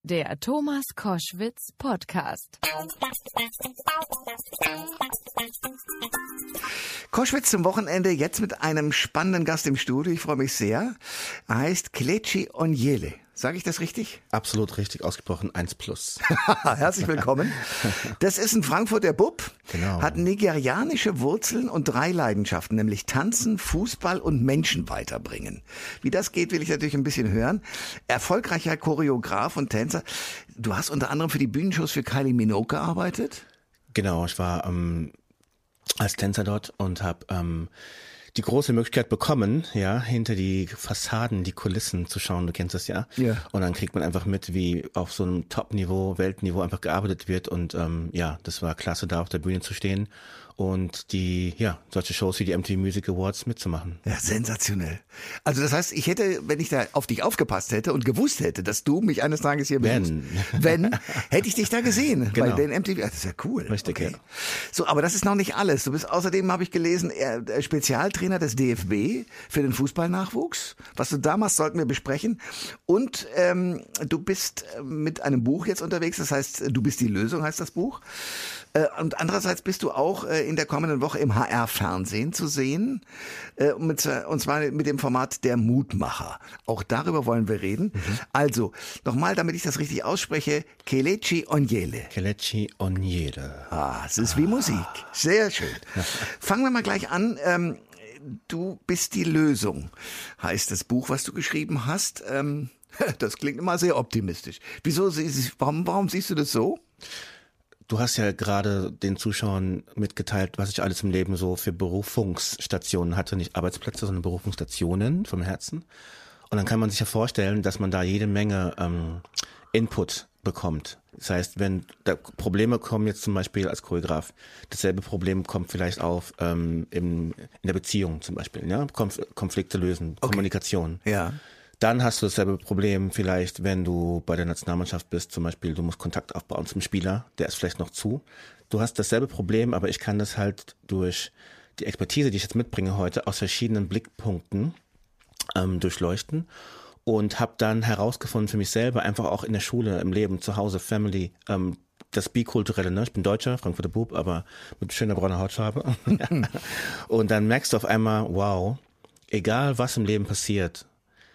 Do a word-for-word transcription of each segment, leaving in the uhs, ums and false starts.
Der Thomas Koschwitz Podcast. Koschwitz zum Wochenende, jetzt mit einem spannenden Gast im Studio. Ich freue mich sehr. Er heißt Kelechi Onyele. Sage ich das richtig? Absolut richtig ausgesprochen, eins plus. Herzlich willkommen. Das ist ein Frankfurter Bub, Genau. Hat nigerianische Wurzeln und drei Leidenschaften, nämlich Tanzen, Fußball und Menschen weiterbringen. Wie das geht, will ich natürlich ein bisschen hören. Erfolgreicher Choreograf und Tänzer. Du hast unter anderem für die Bühnenshows für Kylie Minogue gearbeitet? Genau, ich war ähm, als Tänzer dort und habe ähm, die große Möglichkeit bekommen, ja, hinter die Fassaden, die Kulissen zu schauen, du kennst das ja. Ja. Und dann kriegt man einfach mit, wie auf so einem Top-Niveau, Weltniveau einfach gearbeitet wird und ähm, ja, das war klasse, da auf der Bühne zu stehen und die, ja, solche Shows wie die M T V Music Awards mitzumachen. Ja, sensationell. Also das heißt, ich hätte, wenn ich da auf dich aufgepasst hätte und gewusst hätte, dass du mich eines Tages hier besuchst, Wenn. wenn, hätte ich dich da gesehen bei Genau. den M T V. Das ist ja cool. Richtig, okay. ja. So, aber das ist noch nicht alles. Du bist außerdem, habe ich gelesen, er- der Spezialtrainer des D F B für den Fußballnachwuchs. Was du da machst, sollten wir besprechen. Und ähm, du bist mit einem Buch jetzt unterwegs. Das heißt, du bist die Lösung, heißt das Buch. Äh, Und andererseits bist du auch äh, in der kommenden Woche im H R-Fernsehen zu sehen, äh, mit, und zwar mit dem Format Der Mutmacher. Auch darüber wollen wir reden. Mhm. Also, nochmal, damit ich das richtig ausspreche, Kelechi Onyele. Kelechi Onyele. Ah, es ist wie Musik. Sehr schön. Fangen wir mal gleich an. Ähm, du bist die Lösung, heißt das Buch, was du geschrieben hast. Ähm, das klingt immer sehr optimistisch. Wieso, sie- sie- warum, warum siehst du das so? Du hast ja gerade den Zuschauern mitgeteilt, was ich alles im Leben so für Berufungsstationen hatte. Nicht Arbeitsplätze, sondern Berufungsstationen vom Herzen. Und dann kann man sich ja vorstellen, dass man da jede Menge ähm, Input bekommt. Das heißt, wenn da Probleme kommen, jetzt zum Beispiel als Choreograf, dasselbe Problem kommt vielleicht auf ähm, im, in der Beziehung zum Beispiel. Ja? Konf- Konflikte lösen, Kommunikation. Ja. Dann hast du dasselbe Problem vielleicht, wenn du bei der Nationalmannschaft bist, zum Beispiel, du musst Kontakt aufbauen zum Spieler, der ist vielleicht noch zu. Du hast dasselbe Problem, aber ich kann das halt durch die Expertise, die ich jetzt mitbringe heute, aus verschiedenen Blickpunkten ähm, durchleuchten und habe dann herausgefunden für mich selber, einfach auch in der Schule, im Leben, zu Hause, Family, ähm, das Bikulturelle, ne? Ich bin Deutscher, Frankfurter Bub, aber mit schöner brauner Hautfarbe. Und dann merkst du auf einmal, wow, egal was im Leben passiert,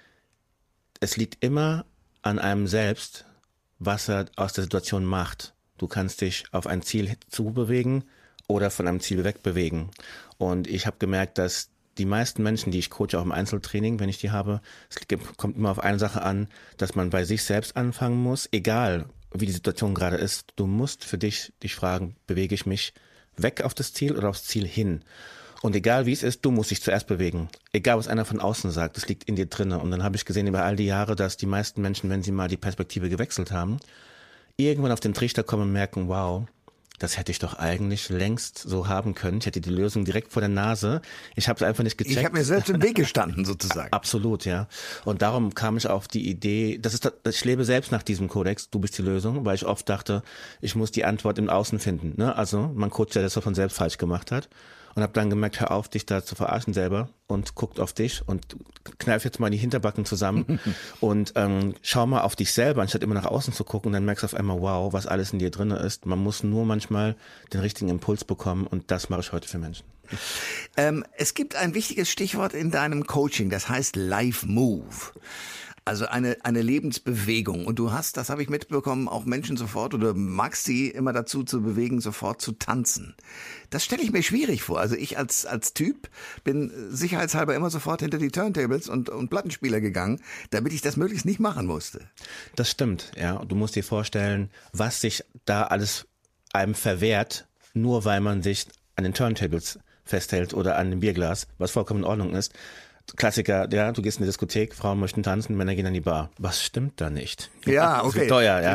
es liegt immer an einem selbst, was er aus der Situation macht. Du kannst dich auf ein Ziel zubewegen oder von einem Ziel wegbewegen. Und ich habe gemerkt, dass die meisten Menschen, die ich coache, auch im Einzeltraining, wenn ich die habe, es kommt immer auf eine Sache an, dass man bei sich selbst anfangen muss, egal wie die Situation gerade ist. Du musst für dich dich fragen, bewege ich mich weg auf das Ziel oder aufs Ziel hin? Und egal wie es ist, du musst dich zuerst bewegen. Egal was einer von außen sagt, das liegt in dir drinne. Und dann habe ich gesehen über all die Jahre, dass die meisten Menschen, wenn sie mal die Perspektive gewechselt haben, irgendwann auf den Trichter kommen und merken, wow, das hätte ich doch eigentlich längst so haben können. Ich hätte die Lösung direkt vor der Nase. Ich habe es einfach nicht gecheckt. Ich habe mir selbst im Weg gestanden, sozusagen. Absolut, ja. Und darum kam ich auf die Idee, das ist, das- ich lebe selbst nach diesem Kodex, du bist die Lösung, weil ich oft dachte, ich muss die Antwort im Außen finden. Ne? Also man coacht ja das, was man selbst falsch gemacht hat. Und habe dann gemerkt, hör auf, dich da zu verarschen selber und guckt auf dich und kneif jetzt mal die Hinterbacken zusammen und ähm, schau mal auf dich selber, anstatt immer nach außen zu gucken. Und dann merkst du auf einmal, wow, was alles in dir drin ist. Man muss nur manchmal den richtigen Impuls bekommen und das mache ich heute für Menschen. Ähm, es gibt ein wichtiges Stichwort in deinem Coaching, das heißt Life Move. Also eine, eine Lebensbewegung. Und du hast, das habe ich mitbekommen, auch Menschen sofort oder magst sie immer dazu zu bewegen, sofort zu tanzen. Das stelle ich mir schwierig vor. Also ich als, als Typ bin sicherheitshalber immer sofort hinter die Turntables und, und Plattenspieler gegangen, damit ich das möglichst nicht machen musste. Das stimmt, ja. Du musst dir vorstellen, was sich da alles einem verwehrt, nur weil man sich an den Turntables festhält oder an dem Bierglas, was vollkommen in Ordnung ist. Klassiker, ja, du gehst in die Diskothek, Frauen möchten tanzen, Männer gehen an die Bar. Was stimmt da nicht? Ja, Das okay. wird teuer, ja.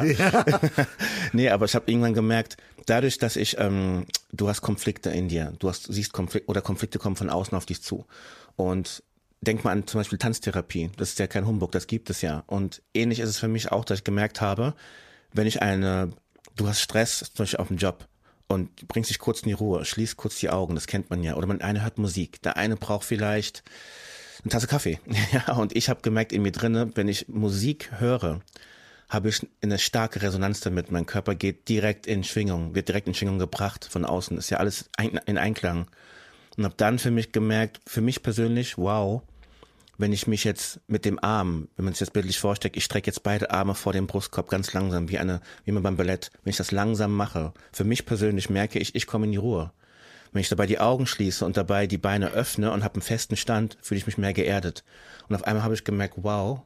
Nee, aber ich habe irgendwann gemerkt, dadurch, dass ich, ähm, du hast Konflikte in dir, du hast, siehst Konflikte oder Konflikte kommen von außen auf dich zu. Und denk mal an zum Beispiel Tanztherapie, das ist ja kein Humbug, das gibt es ja. Und ähnlich ist es für mich auch, dass ich gemerkt habe, wenn ich eine, du hast Stress, zum Beispiel auf dem Job, und bringst dich kurz in die Ruhe, schließt kurz die Augen, das kennt man ja. Oder man eine hört Musik, der eine braucht vielleicht eine Tasse Kaffee. Ja, und ich habe gemerkt in mir drinne, wenn ich Musik höre, habe ich eine starke Resonanz damit. Mein Körper geht direkt in Schwingung, wird direkt in Schwingung gebracht von außen. Ist ja alles in Einklang. Und habe dann für mich gemerkt, für mich persönlich, wow, wenn ich mich jetzt mit dem Arm, wenn man sich das bildlich vorstellt, ich strecke jetzt beide Arme vor dem Brustkorb ganz langsam, wie eine, wie man beim Ballett. Wenn ich das langsam mache, für mich persönlich merke ich, ich komme in die Ruhe. Wenn ich dabei die Augen schließe und dabei die Beine öffne und habe einen festen Stand, fühle ich mich mehr geerdet. Und auf einmal habe ich gemerkt, wow,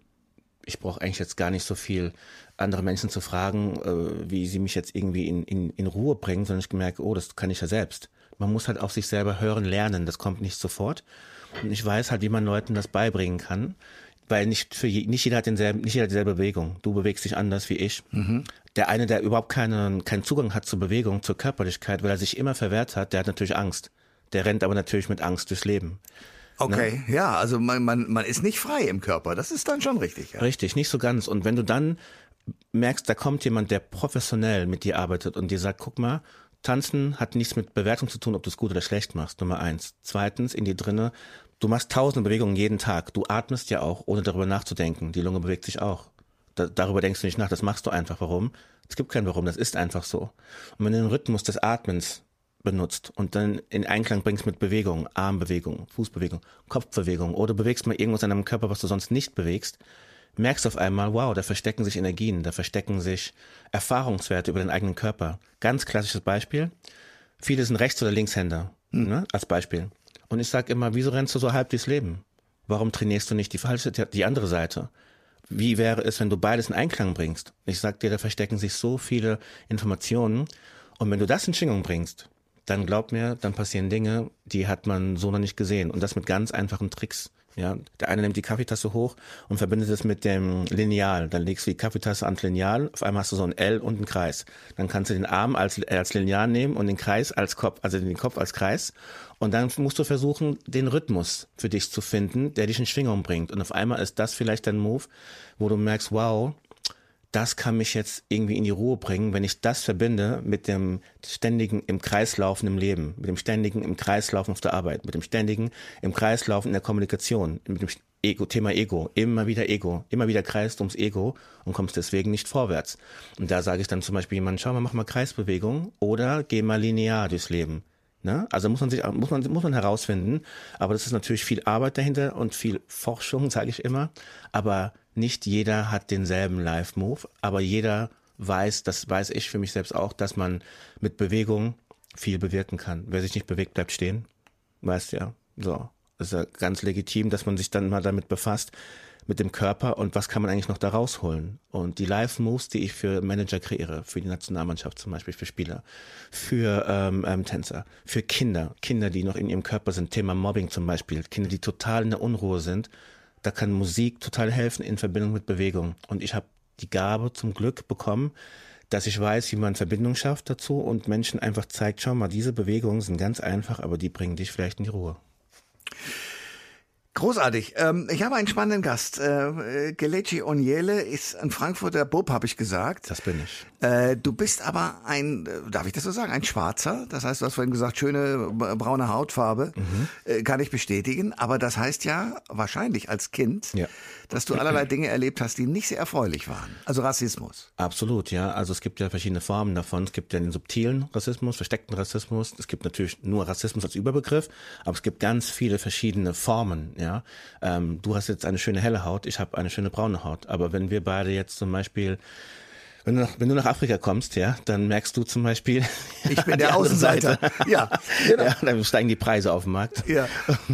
ich brauche eigentlich jetzt gar nicht so viel andere Menschen zu fragen, äh, wie sie mich jetzt irgendwie in, in, in Ruhe bringen, sondern ich gemerkt, oh, das kann ich ja selbst. Man muss halt auf sich selber hören, lernen, das kommt nicht sofort. Und ich weiß halt, wie man Leuten das beibringen kann, weil nicht für je, nicht jeder hat denselben, nicht jeder hat dieselbe Bewegung. Du bewegst dich anders wie ich. Mhm. Der eine, der überhaupt keinen, keinen Zugang hat zur Bewegung, zur Körperlichkeit, weil er sich immer verwehrt hat, der hat natürlich Angst. Der rennt aber natürlich mit Angst durchs Leben. Okay, ne? Ja, also man, man, man ist nicht frei im Körper, das ist dann schon richtig. Ja. Richtig, nicht so ganz. Und wenn du dann merkst, da kommt jemand, der professionell mit dir arbeitet und dir sagt, guck mal, Tanzen hat nichts mit Bewertung zu tun, ob du es gut oder schlecht machst, Nummer eins. Zweitens, in die drinne, du machst tausende Bewegungen jeden Tag. Du atmest ja auch, ohne darüber nachzudenken. Die Lunge bewegt sich auch. Da, darüber denkst du nicht nach, das machst du einfach. Warum? Es gibt kein Warum, das ist einfach so. Und wenn du den Rhythmus des Atmens benutzt und dann in Einklang bringst mit Bewegung, Armbewegung, Fußbewegung, Kopfbewegung oder bewegst mal irgendwas an deinem Körper, was du sonst nicht bewegst, merkst auf einmal, wow, da verstecken sich Energien, da verstecken sich Erfahrungswerte über den eigenen Körper. Ganz klassisches Beispiel. Viele sind Rechts- oder Linkshänder, hm. ne, als Beispiel. Und ich sage immer, wieso rennst du so halb durchs Leben? Warum trainierst du nicht die falsche, die andere Seite? Wie wäre es, wenn du beides in Einklang bringst? Ich sag dir, da verstecken sich so viele Informationen. Und wenn du das in Schwingung bringst, dann glaub mir, dann passieren Dinge, die hat man so noch nicht gesehen. Und das mit ganz einfachen Tricks. Ja, der eine nimmt die Kaffeetasse hoch und verbindet es mit dem Lineal. Dann legst du die Kaffeetasse ans Lineal. Auf einmal hast du so ein L und einen Kreis. Dann kannst du den Arm als, als Lineal nehmen und den Kreis als Kopf, also den Kopf als Kreis. Und dann musst du versuchen, den Rhythmus für dich zu finden, der dich in Schwingung bringt. Und auf einmal ist das vielleicht dein Move, wo du merkst, wow, das kann mich jetzt irgendwie in die Ruhe bringen, wenn ich das verbinde mit dem ständigen im Kreislaufen im Leben, mit dem ständigen im Kreislaufen auf der Arbeit, mit dem ständigen im Kreislaufen in der Kommunikation, mit dem Ego, Thema Ego, immer wieder Ego, immer wieder kreist ums Ego und kommst deswegen nicht vorwärts. Und da sage ich dann zum Beispiel jemandem, schau mal, mach mal Kreisbewegung oder geh mal linear durchs Leben. Ne? Also muss man sich, muss man, muss man herausfinden, aber das ist natürlich viel Arbeit dahinter und viel Forschung, sage ich immer, aber nicht jeder hat denselben Live-Move, aber jeder weiß, das weiß ich für mich selbst auch, dass man mit Bewegung viel bewirken kann. Wer sich nicht bewegt, bleibt stehen, weißt ja, so. Das ist ja ganz legitim, dass man sich dann mal damit befasst, mit dem Körper und was kann man eigentlich noch da rausholen. Und die Live-Moves, die ich für Manager kreiere, für die Nationalmannschaft zum Beispiel, für Spieler, für ähm, ähm, Tänzer, für Kinder, Kinder, die noch in ihrem Körper sind, Thema Mobbing zum Beispiel, Kinder, die total in der Unruhe sind, da kann Musik total helfen in Verbindung mit Bewegung. Und ich habe die Gabe zum Glück bekommen, dass ich weiß, wie man Verbindung schafft dazu und Menschen einfach zeigt, schau mal, diese Bewegungen sind ganz einfach, aber die bringen dich vielleicht in die Ruhe. Großartig. Ähm, ich habe einen spannenden Gast. Äh, Kelechi Onyele ist ein Frankfurter Bub, habe ich gesagt. Das bin ich. Äh, du bist aber ein, äh, darf ich das so sagen, ein Schwarzer. Das heißt, du hast vorhin gesagt, schöne äh, braune Hautfarbe. Mhm. Äh, kann ich bestätigen. Aber das heißt ja wahrscheinlich als Kind, ja, dass du allerlei Dinge erlebt hast, die nicht sehr erfreulich waren. Also Rassismus. Absolut, ja. Also es gibt ja verschiedene Formen davon. Es gibt ja den subtilen Rassismus, versteckten Rassismus. Es gibt natürlich nur Rassismus als Überbegriff, aber es gibt ganz viele verschiedene Formen, ja. Ähm, du hast jetzt eine schöne helle Haut, ich habe eine schöne braune Haut. Aber wenn wir beide jetzt zum Beispiel Wenn du, nach, wenn du nach Afrika kommst, ja, dann merkst du zum Beispiel, ich bin der Außenseiter. Ja, genau. Ja, dann steigen die Preise auf dem Markt. Ja.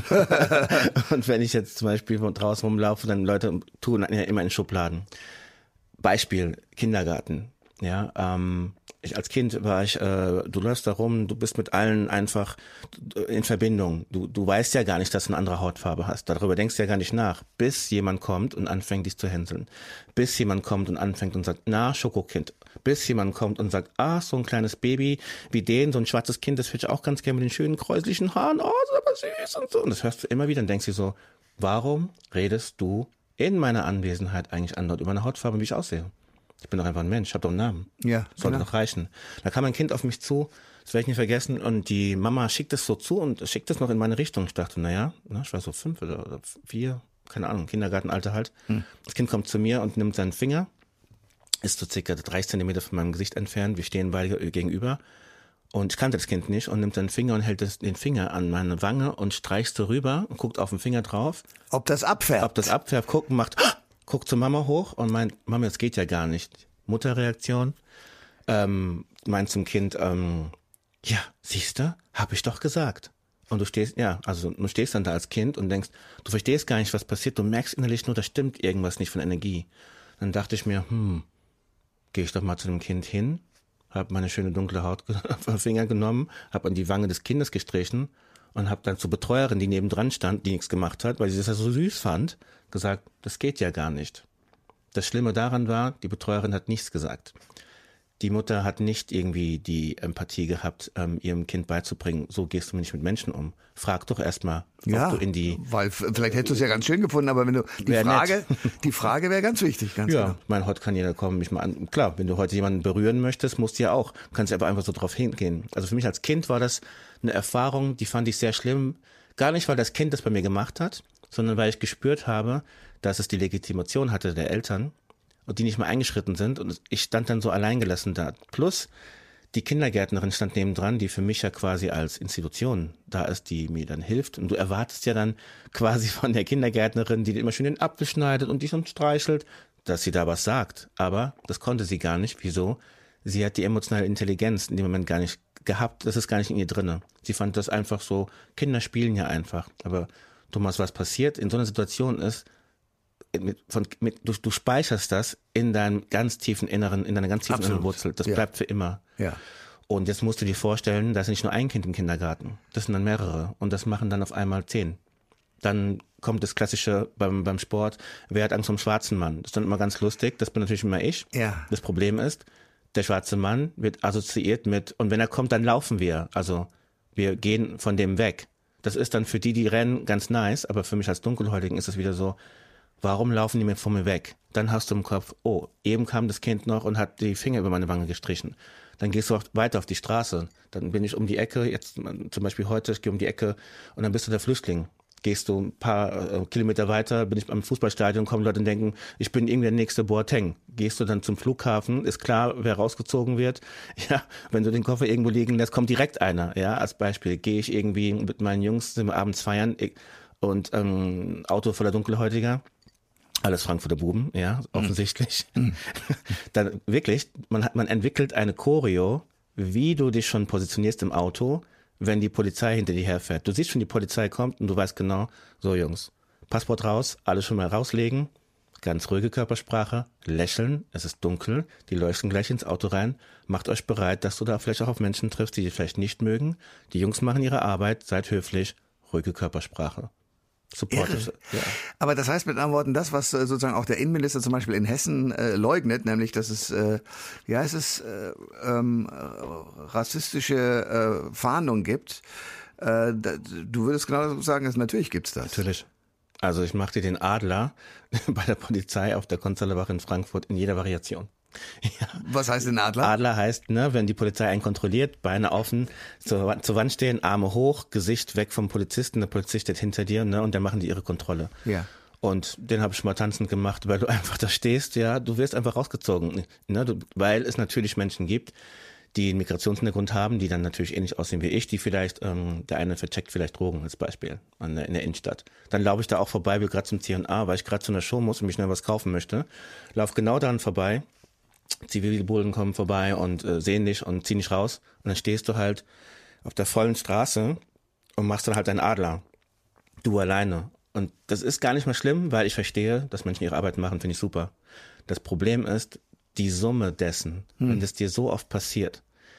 Und wenn ich jetzt zum Beispiel von draußen rumlaufe, dann Leute tun ja immer in Schubladen. Beispiel Kindergarten. Ja, ähm, ich als Kind war ich, äh, du läufst da rum, du bist mit allen einfach in Verbindung. Du, du weißt ja gar nicht, dass du eine andere Hautfarbe hast. Darüber denkst du ja gar nicht nach, bis jemand kommt und anfängt, dich zu hänseln. Bis jemand kommt und anfängt und sagt, na, Schokokind. Bis jemand kommt und sagt, ah, so ein kleines Baby wie den, so ein schwarzes Kind, das würde ich auch ganz gerne mit den schönen kräuslichen Haaren, oh, das ist aber süß und so. Und das hörst du immer wieder und denkst dir so, warum redest du in meiner Anwesenheit eigentlich andauernd über eine Hautfarbe, wie ich aussehe? Ich bin doch einfach ein Mensch, ich habe doch einen Namen. Ja, sollte genau. doch reichen. Da kam ein Kind auf mich zu, das werde ich nie vergessen, und die Mama schickt es so zu und schickt es noch in meine Richtung. Ich dachte, naja, na, ich war so fünf oder, oder vier, keine Ahnung, Kindergartenalter halt. Hm. Das Kind kommt zu mir und nimmt seinen Finger ist so circa dreißig Zentimeter von meinem Gesicht entfernt. Wir stehen beide gegenüber. Und ich kannte das Kind nicht und nimmt seinen Finger und hält das, den Finger an meine Wange und streicht so rüber und guckt auf den Finger drauf. Ob das abfärbt? Ob das abfärbt, guckt und macht, guckt zur Mama hoch und meint, Mama, das geht ja gar nicht. Mutterreaktion, ähm, meint zum Kind, ähm, ja, siehste, hab ich doch gesagt. Und du stehst, ja, also du stehst dann da als Kind und denkst, du verstehst gar nicht, was passiert, du merkst innerlich nur, da stimmt irgendwas nicht von Energie. Dann dachte ich mir, hm, gehe ich doch mal zu dem Kind hin, habe meine schöne dunkle Haut auf den Finger genommen, habe an die Wange des Kindes gestrichen und habe dann zur Betreuerin, die nebendran stand, die nichts gemacht hat, weil sie das ja so süß fand, gesagt, das geht ja gar nicht. Das Schlimme daran war, die Betreuerin hat nichts gesagt. Die Mutter hat nicht irgendwie die Empathie gehabt, ähm, ihrem Kind beizubringen, so gehst du nicht mit Menschen um. Frag doch erstmal, ob ja, du in die... weil vielleicht hättest du es ja ganz schön gefunden, aber wenn du die Frage, die Frage wäre ganz wichtig. Ganz ja, genau. Ich meine, heute kann jeder kommen, mich mal an. Klar, wenn du heute jemanden berühren möchtest, musst du ja auch. Du kannst aber einfach so drauf hingehen. Also für mich als Kind war das eine Erfahrung, die fand ich sehr schlimm. Gar nicht, weil das Kind das bei mir gemacht hat, sondern weil ich gespürt habe, dass es die Legitimation hatte der Eltern und die nicht mal eingeschritten sind und ich stand dann so alleingelassen da. Plus die Kindergärtnerin stand nebendran, die für mich ja quasi als Institution da ist, die mir dann hilft und du erwartest ja dann quasi von der Kindergärtnerin, die dir immer schön den Apfel schneidet und dich schon streichelt, dass sie da was sagt. Aber das konnte sie gar nicht. Wieso? Sie hat die emotionale Intelligenz in dem Moment gar nicht gehabt. Das ist gar nicht in ihr drinne. Sie fand das einfach so, Kinder spielen ja einfach. Aber Thomas, was passiert in so einer Situation ist, Mit, von, mit, du, du speicherst das in deinem ganz tiefen Inneren, in deiner ganz tiefen Absolut. inneren Wurzel. Das Ja. bleibt für immer. Ja. Und jetzt musst du dir vorstellen, da ist nicht nur ein Kind im Kindergarten. Das sind dann mehrere. Und das machen dann auf einmal zehn. Dann kommt das Klassische beim, beim Sport, wer hat Angst vor dem schwarzen Mann? Das ist dann immer ganz lustig. Das bin natürlich immer ich. Ja. Das Problem ist, der schwarze Mann wird assoziiert mit, und wenn er kommt, dann laufen wir. Also wir gehen von dem weg. Das ist dann für die, die rennen, ganz nice. Aber für mich als Dunkelhäutigen ist es wieder so, warum laufen die mir von mir weg? Dann hast du im Kopf, oh, eben kam das Kind noch und hat die Finger über meine Wange gestrichen. Dann gehst du auch weiter auf die Straße. Dann bin ich um die Ecke, jetzt zum Beispiel heute, ich gehe um die Ecke und dann bist du der Flüchtling. Gehst du ein paar äh, Kilometer weiter, bin ich am Fußballstadion, kommen Leute und denken, ich bin irgendwie der nächste Boateng. Gehst du dann zum Flughafen, ist klar, wer rausgezogen wird. Ja, wenn du den Koffer irgendwo liegen lässt, kommt direkt einer. Ja, als Beispiel gehe ich irgendwie mit meinen Jungs, sind wir abends feiern ich, und ähm, Auto voller Dunkelhäutiger. Alles Frankfurter Buben, ja, offensichtlich. Mm. Dann wirklich, man hat, man entwickelt eine Choreo, wie du dich schon positionierst im Auto, wenn die Polizei hinter dir herfährt. Du siehst schon, die Polizei kommt und du weißt genau, so Jungs, Passport raus, alles schon mal rauslegen, ganz ruhige Körpersprache, lächeln, es ist dunkel, die leuchten gleich ins Auto rein, macht euch bereit, dass du da vielleicht auch auf Menschen triffst, die dich vielleicht nicht mögen. Die Jungs machen ihre Arbeit, seid höflich, ruhige Körpersprache. Supportive. Ja. Aber das heißt mit anderen Worten, das, was äh, sozusagen auch der Innenminister zum Beispiel in Hessen äh, leugnet, nämlich, dass es, äh, wie heißt es, äh, ähm, äh, rassistische äh, Fahndung gibt, äh, da, du würdest genau sagen, dass natürlich gibt's das. Natürlich. Also ich mache dir den Adler bei der Polizei auf der Konzertwache in Frankfurt in jeder Variation. Ja. Was heißt denn Adler? Adler heißt, ne, wenn die Polizei einen kontrolliert, Beine offen, zur, zur Wand stehen, Arme hoch, Gesicht weg vom Polizisten, der Polizist steht hinter dir, ne, und dann machen die ihre Kontrolle. Ja. Und den habe ich mal tanzend gemacht, weil du einfach da stehst, ja, du wirst einfach rausgezogen, ne, du, weil es natürlich Menschen gibt, die einen Migrationshintergrund haben, die dann natürlich ähnlich aussehen wie ich, die vielleicht, ähm, der eine vercheckt vielleicht Drogen als Beispiel an der, in der Innenstadt. Dann laufe ich da auch vorbei, will gerade zum C und A, weil ich gerade zu einer Show muss und mich schnell was kaufen möchte, lauf genau daran vorbei. Zivilbullen kommen vorbei und äh, sehen dich und ziehen dich raus. Und dann stehst du halt auf der vollen Straße und machst dann halt einen Adler. Du alleine. Und das ist gar nicht mal schlimm, weil ich verstehe, dass Menschen ihre Arbeit machen, finde ich super. Das Problem ist, die Summe dessen, hm. wenn das dir so oft passiert,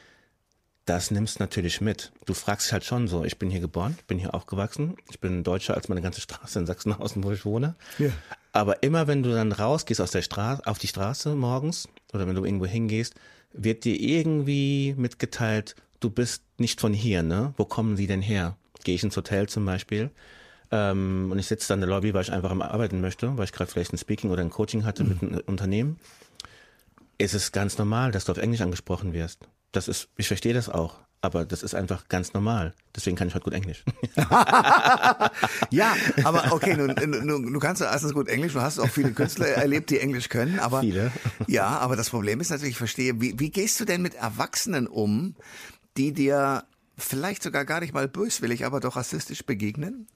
das nimmst du natürlich mit. Du fragst dich halt schon so, ich bin hier geboren, ich bin hier aufgewachsen, ich bin Deutscher als meine ganze Straße in Sachsenhausen, wo ich wohne. Ja. Aber immer wenn du dann rausgehst aus der Straße, auf die Straße morgens oder wenn du irgendwo hingehst, wird dir irgendwie mitgeteilt, du bist nicht von hier, ne? Wo kommen sie denn her? Gehe ich ins Hotel zum Beispiel ähm, und ich sitze dann in der Lobby, weil ich einfach am Arbeiten möchte, weil ich gerade vielleicht ein Speaking oder ein Coaching hatte mhm. mit einem Unternehmen. Ist es ganz normal, dass du auf Englisch angesprochen wirst. Das ist, ich verstehe das auch. aber das ist einfach ganz normal. Deswegen kann ich heute gut Englisch. Ja, aber okay, nun, nun, du kannst erstens gut Englisch, du hast auch viele Künstler erlebt, die Englisch können, aber Viele. Ja, aber das Problem ist natürlich, ich verstehe, wie, wie gehst du denn mit Erwachsenen um, die dir vielleicht sogar gar nicht mal böswillig, aber doch rassistisch begegnen?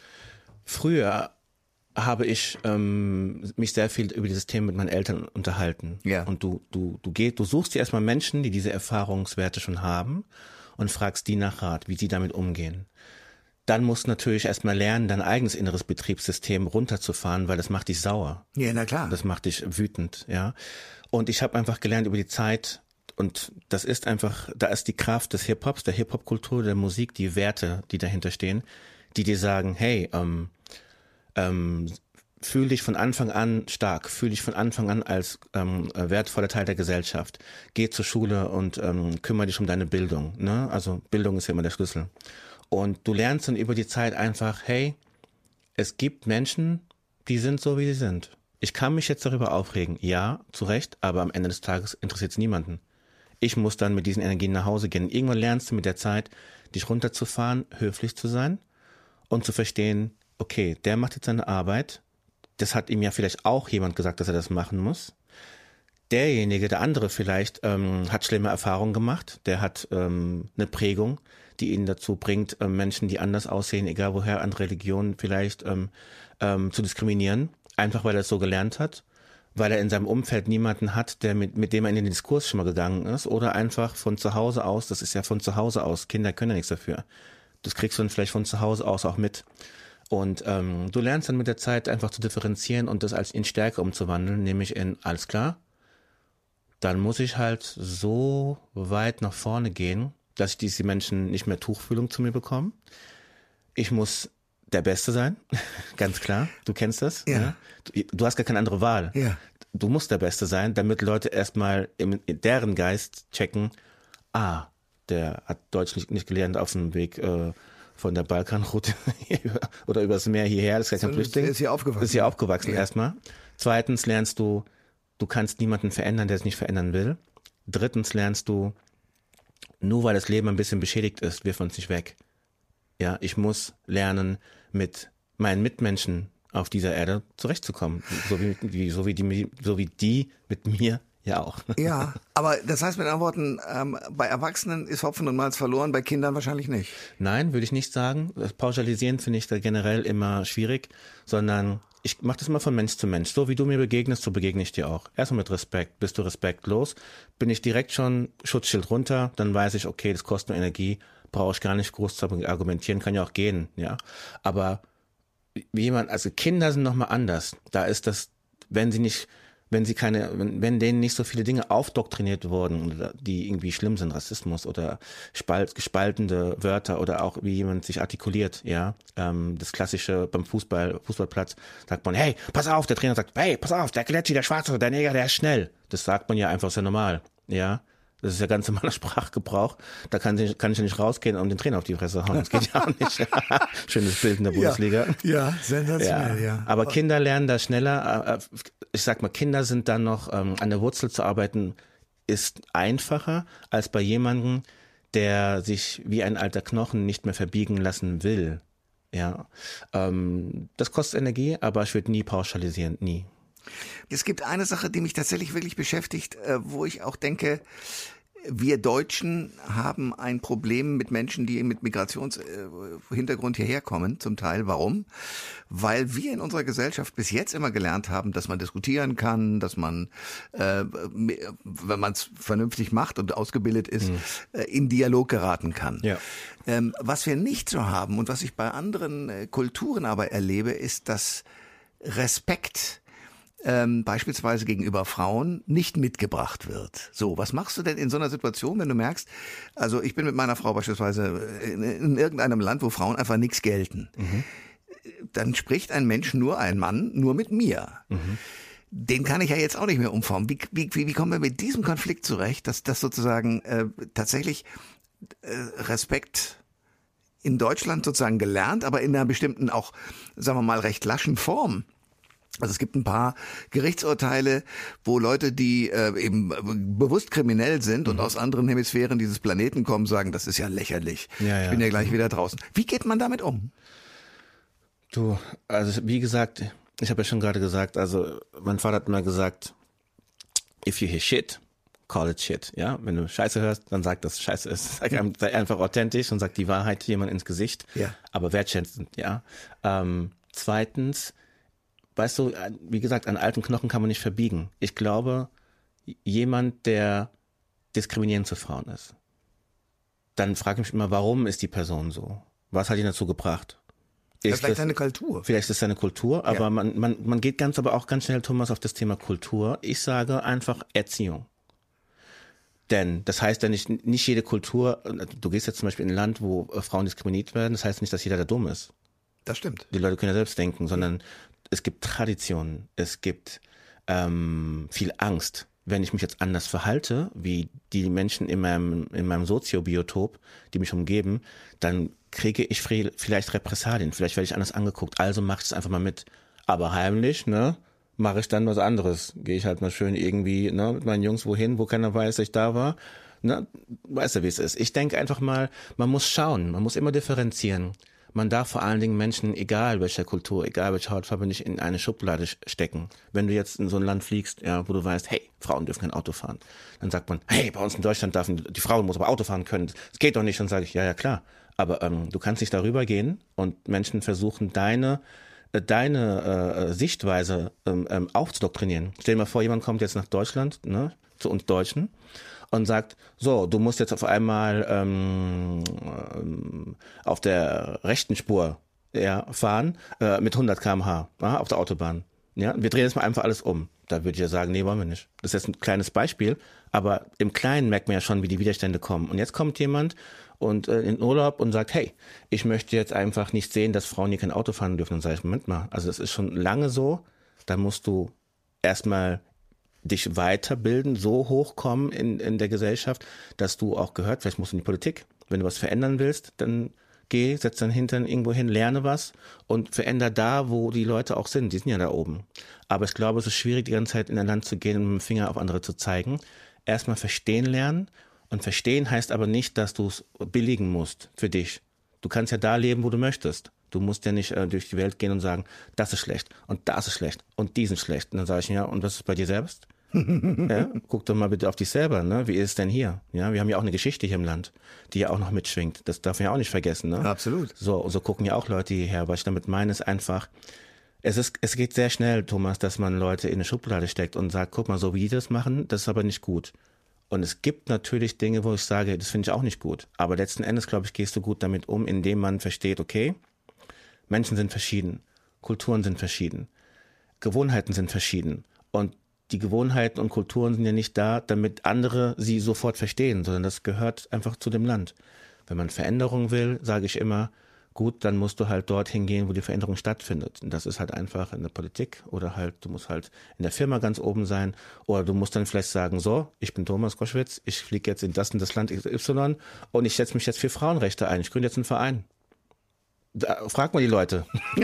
Früher habe ich ähm, mich sehr viel über dieses Thema mit meinen Eltern unterhalten. Ja. Und du, du, du gehst, du suchst dir erstmal Menschen, die diese Erfahrungswerte schon haben und fragst die nach Rat, wie sie damit umgehen. Dann musst du natürlich erstmal lernen, dein eigenes inneres Betriebssystem runterzufahren, weil das macht dich sauer. Ja, na klar. Das macht dich wütend, ja. Und ich habe einfach gelernt über die Zeit, und das ist einfach, da ist die Kraft des Hip-Hops, der Hip-Hop-Kultur, der Musik, die Werte, die dahinter stehen, die dir sagen, hey, ähm, ähm, fühl dich von Anfang an stark, fühl dich von Anfang an als ähm, wertvoller Teil der Gesellschaft. Geh zur Schule und ähm, kümmere dich um deine Bildung. Ne? Also Bildung ist ja immer der Schlüssel. Und du lernst dann über die Zeit einfach, hey, es gibt Menschen, die sind so, wie sie sind. Ich kann mich jetzt darüber aufregen, ja, zu Recht, aber am Ende des Tages interessiert es niemanden. Ich muss dann mit diesen Energien nach Hause gehen. Irgendwann lernst du mit der Zeit, dich runterzufahren, höflich zu sein und zu verstehen, okay, der macht jetzt seine Arbeit, das hat ihm ja vielleicht auch jemand gesagt, dass er das machen muss. Derjenige, der andere vielleicht, ähm, hat schlimme Erfahrungen gemacht, der hat ähm, eine Prägung, die ihn dazu bringt, ähm, Menschen, die anders aussehen, egal woher, andere Religionen vielleicht ähm, ähm, zu diskriminieren, einfach weil er es so gelernt hat, weil er in seinem Umfeld niemanden hat, der mit, mit dem er in den Diskurs schon mal gegangen ist, oder einfach von zu Hause aus, das ist ja von zu Hause aus, Kinder können ja nichts dafür. Das kriegst du dann vielleicht von zu Hause aus auch mit. Und ähm, du lernst dann mit der Zeit einfach zu differenzieren und das als in Stärke umzuwandeln, nämlich in, alles klar, dann muss ich halt so weit nach vorne gehen, dass ich diese Menschen nicht mehr Tuchfühlung zu mir bekommen. Ich muss der Beste sein, ganz klar, du kennst das. Ja. Ja? Du, du hast gar keine andere Wahl. Ja. Du musst der Beste sein, damit Leute erstmal in, in deren Geist checken, ah, der hat Deutsch nicht, nicht gelernt auf dem Weg äh, von der Balkanroute oder übers Meer hierher, das ist gar kein Flüchtling. Ist hier aufgewachsen. Ist hier aufgewachsen Ja. erstmal. Zweitens lernst du, du kannst niemanden verändern, der es nicht verändern will. Drittens lernst du, nur weil das Leben ein bisschen beschädigt ist, wirft man es nicht weg. Ja, ich muss lernen, mit meinen Mitmenschen auf dieser Erde zurechtzukommen. So wie, wie, so wie, die, so wie die mit mir ja auch. Ja, aber das heißt mit anderen Worten, ähm, bei Erwachsenen ist Hopfen und Malz verloren, bei Kindern wahrscheinlich nicht. Nein, würde ich nicht sagen. Das Pauschalisieren finde ich da generell immer schwierig, sondern ich mache das immer von Mensch zu Mensch. So wie du mir begegnest, so begegne ich dir auch. Erstmal mit Respekt. Bist du respektlos, bin ich direkt schon Schutzschild runter, dann weiß ich, okay, das kostet nur Energie, brauche ich gar nicht groß zu argumentieren, kann ja auch gehen, ja. Aber wie jemand, also Kinder sind nochmal anders. Da ist das, wenn sie nicht, wenn sie keine, wenn, wenn denen nicht so viele Dinge aufdoktriniert wurden, die irgendwie schlimm sind, Rassismus oder spalt, gespaltene Wörter oder auch wie jemand sich artikuliert, ja, ähm, das klassische beim Fußball, Fußballplatz, sagt man, hey, pass auf, der Trainer sagt, hey, pass auf, der Gletschi, der Schwarze, der Neger, der ist schnell. Das sagt man ja einfach, ist ja normal, ja. Das ist ja ganz normaler Sprachgebrauch. Da kann ich, kann ich ja nicht rausgehen und den Trainer auf die Fresse hauen. Das geht ja auch nicht. Schönes Bild in der Bundesliga. Ja, ja, sensationell, ja. ja. Aber Kinder lernen da schneller. Ich sag mal, Kinder sind dann noch, ähm, an der Wurzel zu arbeiten, ist einfacher als bei jemandem, der sich wie ein alter Knochen nicht mehr verbiegen lassen will. Ja, ähm, das kostet Energie, aber ich würde nie pauschalisieren, nie. Es gibt eine Sache, die mich tatsächlich wirklich beschäftigt, wo ich auch denke, wir Deutschen haben ein Problem mit Menschen, die mit Migrationshintergrund hierher kommen, zum Teil. Warum? Weil wir in unserer Gesellschaft bis jetzt immer gelernt haben, dass man diskutieren kann, dass man, äh, wenn man es vernünftig macht und ausgebildet ist, mhm. äh, in Dialog geraten kann. Ja. Ähm, was wir nicht so haben und was ich bei anderen äh, Kulturen aber erlebe, ist, dass Respekt Ähm, beispielsweise gegenüber Frauen nicht mitgebracht wird. So, was machst du denn in so einer Situation, wenn du merkst, also ich bin mit meiner Frau beispielsweise in, in irgendeinem Land, wo Frauen einfach nichts gelten. Mhm. Dann spricht ein Mensch, nur ein Mann, nur mit mir. Mhm. Den kann ich ja jetzt auch nicht mehr umformen. Wie, wie, wie kommen wir mit diesem Konflikt zurecht, dass das sozusagen äh, tatsächlich äh, Respekt in Deutschland sozusagen gelernt, aber in einer bestimmten auch, sagen wir mal, recht laschen Form Also es gibt ein paar Gerichtsurteile, wo Leute, die äh, eben bewusst kriminell sind und mhm. aus anderen Hemisphären dieses Planeten kommen, sagen, das ist ja lächerlich. Ja, ich bin ja gleich mhm. wieder draußen. Wie geht man damit um? Du, also wie gesagt, ich habe ja schon gerade gesagt, also mein Vater hat immer gesagt, if you hear shit, call it shit. Ja, wenn du Scheiße hörst, dann sag, dass es Scheiße ist. Sag, sei einfach authentisch und sag die Wahrheit jemand ins Gesicht, ja. aber wertschätzend. Ja. Ähm, zweitens, weißt du, wie gesagt, an alten Knochen kann man nicht verbiegen. Ich glaube, jemand, der diskriminierend zu Frauen ist, dann frage ich mich immer, warum ist die Person so? Was hat ihn dazu gebracht? Ja, vielleicht das, seine Kultur. Vielleicht ist es seine Kultur, aber ja. man, man, man geht ganz, aber auch ganz schnell, Thomas, auf das Thema Kultur. Ich sage einfach Erziehung. Denn das heißt ja nicht, nicht jede Kultur, du gehst jetzt zum Beispiel in ein Land, wo Frauen diskriminiert werden, das heißt nicht, dass jeder da dumm ist. Das stimmt. Die Leute können ja selbst denken, sondern es gibt Traditionen, es gibt ähm, viel Angst. Wenn ich mich jetzt anders verhalte, wie die Menschen in meinem, in meinem Soziobiotop, die mich umgeben, dann kriege ich vielleicht Repressalien, vielleicht werde ich anders angeguckt, also mache ich es einfach mal mit. Aber heimlich, ne, mache ich dann was anderes. Gehe ich halt mal schön irgendwie, ne, mit meinen Jungs wohin, wo keiner weiß, dass ich da war. Ne, weißt du, wie es ist. Ich denke einfach mal, man muss schauen, man muss immer differenzieren. Man darf vor allen Dingen Menschen, egal welcher Kultur, egal welche Hautfarbe, nicht in eine Schublade stecken. Wenn du jetzt in so ein Land fliegst, ja, wo du weißt, hey, Frauen dürfen kein Auto fahren, dann sagt man, hey, bei uns in Deutschland dürfen die Frauen muss aber Auto fahren können. Das geht doch nicht. Dann sage ich, ja, ja, klar. Aber ähm, du kannst nicht darüber gehen und Menschen versuchen, deine äh, deine äh, Sichtweise ähm, ähm, aufzudoktrinieren. Stell dir mal vor, jemand kommt jetzt nach Deutschland, ne, zu uns Deutschen, und sagt, so, du musst jetzt auf einmal ähm, ähm, auf der rechten Spur ja, fahren äh, mit hundert Kilometer pro Stunde ja, auf der Autobahn. Ja, wir drehen jetzt mal einfach alles um. Da würde ich ja sagen, nee, wollen wir nicht. Das ist jetzt ein kleines Beispiel, aber im Kleinen merkt man ja schon, wie die Widerstände kommen. Und jetzt kommt jemand und äh, in Urlaub und sagt, hey, ich möchte jetzt einfach nicht sehen, dass Frauen hier kein Auto fahren dürfen. Und sage ich, Moment mal, also das ist schon lange so, da musst du erstmal dich weiterbilden, so hochkommen in, in der Gesellschaft, dass du auch gehört, vielleicht musst du in die Politik. Wenn du was verändern willst, dann geh, setz deinen Hintern irgendwo hin, lerne was und veränder da, wo die Leute auch sind. Die sind ja da oben. Aber ich glaube, es ist schwierig, die ganze Zeit in ein Land zu gehen und mit dem Finger auf andere zu zeigen. Erstmal verstehen lernen. Und verstehen heißt aber nicht, dass du es billigen musst für dich. Du kannst ja da leben, wo du möchtest. Du musst ja nicht äh, durch die Welt gehen und sagen, das ist schlecht und das ist schlecht und die sind schlecht. Und dann sage ich, ja, und was ist bei dir selbst? Ja, guck doch mal bitte auf dich selber, ne? Wie ist es denn hier? Ja, wir haben ja auch eine Geschichte hier im Land, die ja auch noch mitschwingt. Das darf man ja auch nicht vergessen, ne? Absolut. So, so gucken ja auch Leute hierher. Was ich damit meine, ist einfach, es ist, es geht sehr schnell, Thomas, dass man Leute in eine Schublade steckt und sagt, guck mal, so wie die das machen, das ist aber nicht gut. Und es gibt natürlich Dinge, wo ich sage, das finde ich auch nicht gut. Aber letzten Endes, glaube ich, gehst du gut damit um, indem man versteht, okay, Menschen sind verschieden, Kulturen sind verschieden, Gewohnheiten sind verschieden. Und die Gewohnheiten und Kulturen sind ja nicht da, damit andere sie sofort verstehen, sondern das gehört einfach zu dem Land. Wenn man Veränderung will, sage ich immer, gut, dann musst du halt dorthin gehen, wo die Veränderung stattfindet. Und das ist halt einfach in der Politik oder halt, du musst halt in der Firma ganz oben sein oder du musst dann vielleicht sagen, so, ich bin Thomas Koschwitz, ich fliege jetzt in das und das Land X Y und ich setze mich jetzt für Frauenrechte ein. Ich gründe jetzt einen Verein. Da, frag mal die Leute.